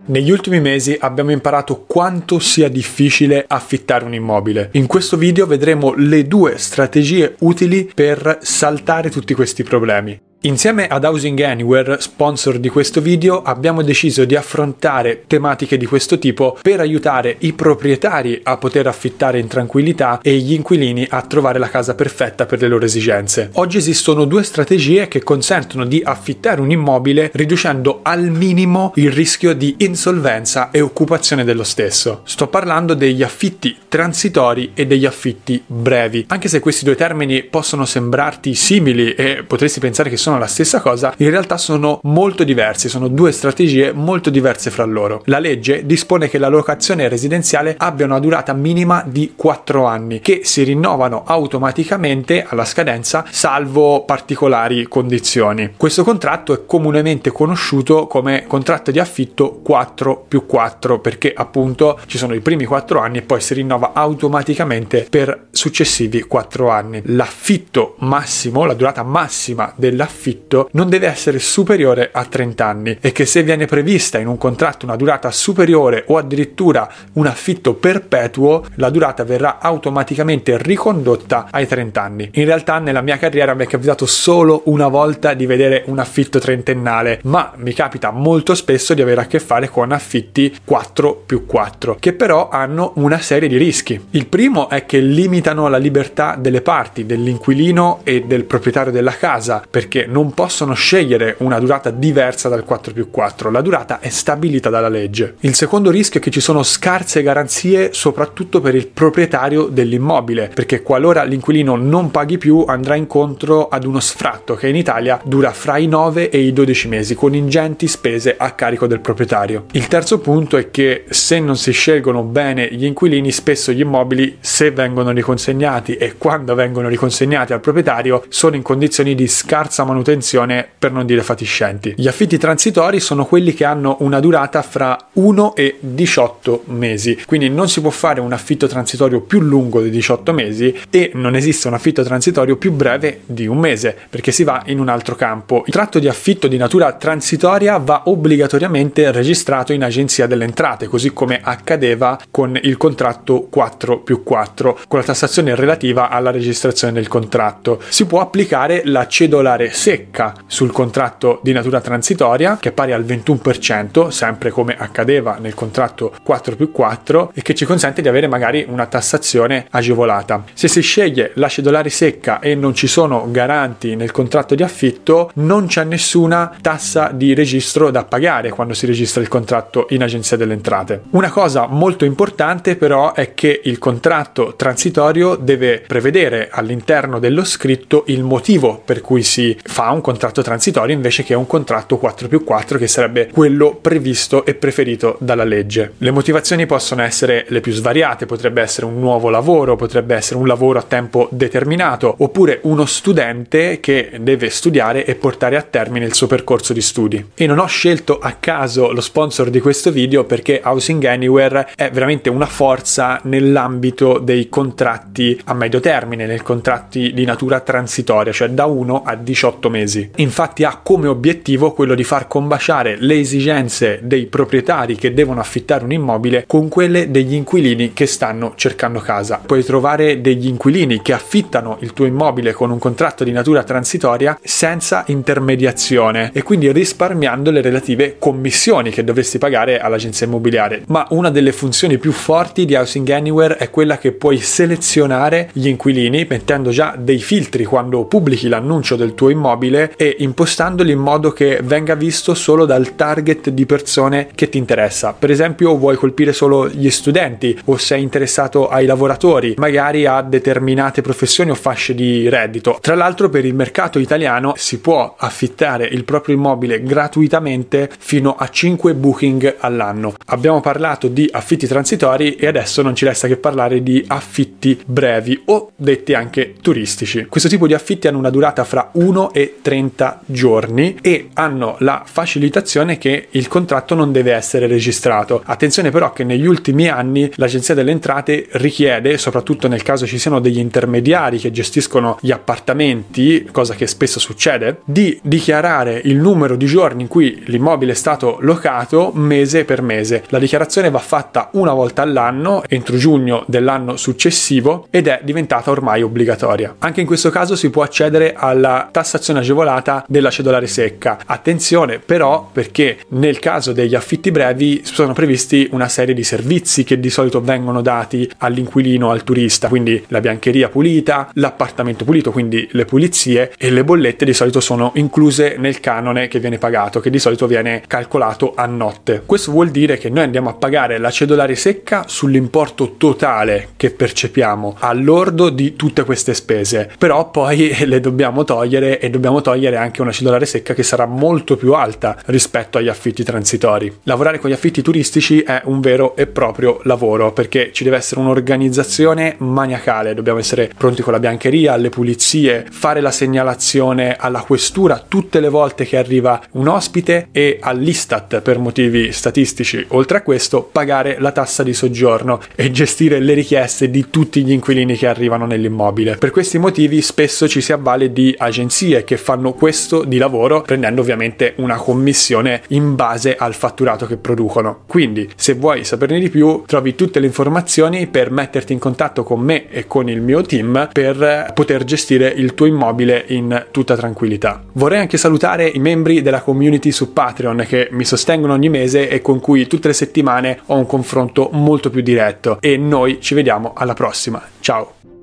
Negli ultimi mesi abbiamo imparato quanto sia difficile affittare un immobile. In questo video vedremo le 2 strategie utili per saltare tutti questi problemi. Insieme ad Housing Anywhere, sponsor di questo video, abbiamo deciso di affrontare tematiche di questo tipo per aiutare i proprietari a poter affittare in tranquillità e gli inquilini a trovare la casa perfetta per le loro esigenze. Oggi esistono 2 strategie che consentono di affittare un immobile riducendo al minimo il rischio di insolvenza e occupazione dello stesso. Sto parlando degli affitti transitori e degli affitti brevi. Anche se questi 2 termini possono sembrarti simili e potresti pensare che sono la stessa cosa, in realtà sono molto diversi, sono 2 strategie molto diverse fra loro. La legge dispone che la locazione residenziale abbia una durata minima di 4 anni, che si rinnovano automaticamente alla scadenza, salvo particolari condizioni. Questo contratto è comunemente conosciuto come contratto di affitto 4+4, perché appunto ci sono i primi 4 anni e poi si rinnova automaticamente per successivi 4 anni. L'affitto massimo, la durata massima dell'affitto non deve essere superiore a 30 anni e che se viene prevista in un contratto una durata superiore o addirittura un affitto perpetuo, la durata verrà automaticamente ricondotta ai 30 anni. In realtà nella mia carriera mi è capitato solo una volta di vedere un affitto trentennale, ma mi capita molto spesso di avere a che fare con affitti 4+4, che però hanno una serie di rischi. Il primo è che limitano la libertà delle parti, dell'inquilino e del proprietario della casa, perché non possono scegliere una durata diversa dal 4+4, la durata è stabilita dalla legge. Il secondo rischio è che ci sono scarse garanzie soprattutto per il proprietario dell'immobile, perché qualora l'inquilino non paghi più andrà incontro ad uno sfratto che in Italia dura fra i 9 e i 12 mesi, con ingenti spese a carico del proprietario. Il terzo punto è che se non si scelgono bene gli inquilini, spesso gli immobili, se vengono riconsegnati e quando vengono riconsegnati al proprietario, sono in condizioni di scarsa manutenzione, per non dire fatiscenti. Gli affitti transitori sono quelli che hanno una durata fra 1 e 18 mesi, quindi non si può fare un affitto transitorio più lungo di 18 mesi e non esiste un affitto transitorio più breve di 1 mese, perché si va in un altro campo. Il tratto di affitto di natura transitoria va obbligatoriamente registrato in Agenzia delle Entrate, così come accadeva con il contratto 4+4, con la tassazione relativa alla registrazione del contratto. Si può applicare la cedolare secca sul contratto di natura transitoria, che è pari al 21%, sempre come accadeva nel contratto 4+4, e che ci consente di avere magari una tassazione agevolata. Se si sceglie la cedolare secca e non ci sono garanti nel contratto di affitto, non c'è nessuna tassa di registro da pagare quando si registra il contratto in Agenzia delle Entrate. Una cosa molto importante però è che il contratto transitorio deve prevedere all'interno dello scritto il motivo per cui si fa un contratto transitorio invece che un contratto 4+4, che sarebbe quello previsto e preferito dalla legge. Le motivazioni possono essere le più svariate, potrebbe essere un nuovo lavoro, potrebbe essere un lavoro a tempo determinato, oppure uno studente che deve studiare e portare a termine il suo percorso di studi. E non ho scelto a caso lo sponsor di questo video perché Housing Anywhere è veramente una forza nell'ambito dei contratti a medio termine, nei contratti di natura transitoria, cioè da 1 a 18 mesi. Infatti ha come obiettivo quello di far combaciare le esigenze dei proprietari che devono affittare un immobile con quelle degli inquilini che stanno cercando casa. Puoi trovare degli inquilini che affittano il tuo immobile con un contratto di natura transitoria senza intermediazione e quindi risparmiando le relative commissioni che dovresti pagare all'agenzia immobiliare. Ma una delle funzioni più forti di Housing Anywhere è quella che puoi selezionare gli inquilini mettendo già dei filtri quando pubblichi l'annuncio del tuo immobile e impostandoli in modo che venga visto solo dal target di persone che ti interessa. Per esempio, vuoi colpire solo gli studenti o sei interessato ai lavoratori, magari a determinate professioni o fasce di reddito. Tra l'altro, per il mercato italiano si può affittare il proprio immobile gratuitamente fino a 5 booking all'anno. Abbiamo parlato di affitti transitori e adesso non ci resta che parlare di affitti brevi o detti anche turistici. Questo tipo di affitti hanno una durata fra 1 130 giorni e hanno la facilitazione che il contratto non deve essere registrato. Attenzione però che negli ultimi anni l'Agenzia delle Entrate richiede, soprattutto nel caso ci siano degli intermediari che gestiscono gli appartamenti, cosa che spesso succede, di dichiarare il numero di giorni in cui l'immobile è stato locato mese per mese. La dichiarazione va fatta una volta all'anno, entro giugno dell'anno successivo, ed è diventata ormai obbligatoria. Anche in questo caso si può accedere alla tassazione agevolata della cedolare secca. Attenzione però, perché nel caso degli affitti brevi sono previsti una serie di servizi che di solito vengono dati all'inquilino, al turista, quindi la biancheria pulita, l'appartamento pulito, quindi le pulizie, e le bollette di solito sono incluse nel canone che viene pagato, che di solito viene calcolato a notte. Questo vuol dire che noi andiamo a pagare la cedolare secca sull'importo totale che percepiamo, all'ordo di tutte queste spese, però poi le dobbiamo togliere, e dobbiamo togliere anche una cedolare secca che sarà molto più alta rispetto agli affitti transitori. Lavorare con gli affitti turistici è un vero e proprio lavoro, perché ci deve essere un'organizzazione maniacale, dobbiamo essere pronti con la biancheria, le pulizie, fare la segnalazione alla questura tutte le volte che arriva un ospite e all'Istat per motivi statistici. Oltre a questo, pagare la tassa di soggiorno e gestire le richieste di tutti gli inquilini che arrivano nell'immobile. Per questi motivi spesso ci si avvale di agenzie che fanno questo di lavoro, prendendo ovviamente una commissione in base al fatturato che producono. Quindi, se vuoi saperne di più, trovi tutte le informazioni per metterti in contatto con me e con il mio team per poter gestire il tuo immobile in tutta tranquillità. Vorrei anche salutare i membri della community su Patreon che mi sostengono ogni mese e con cui tutte le settimane ho un confronto molto più diretto, e noi ci vediamo alla prossima. Ciao!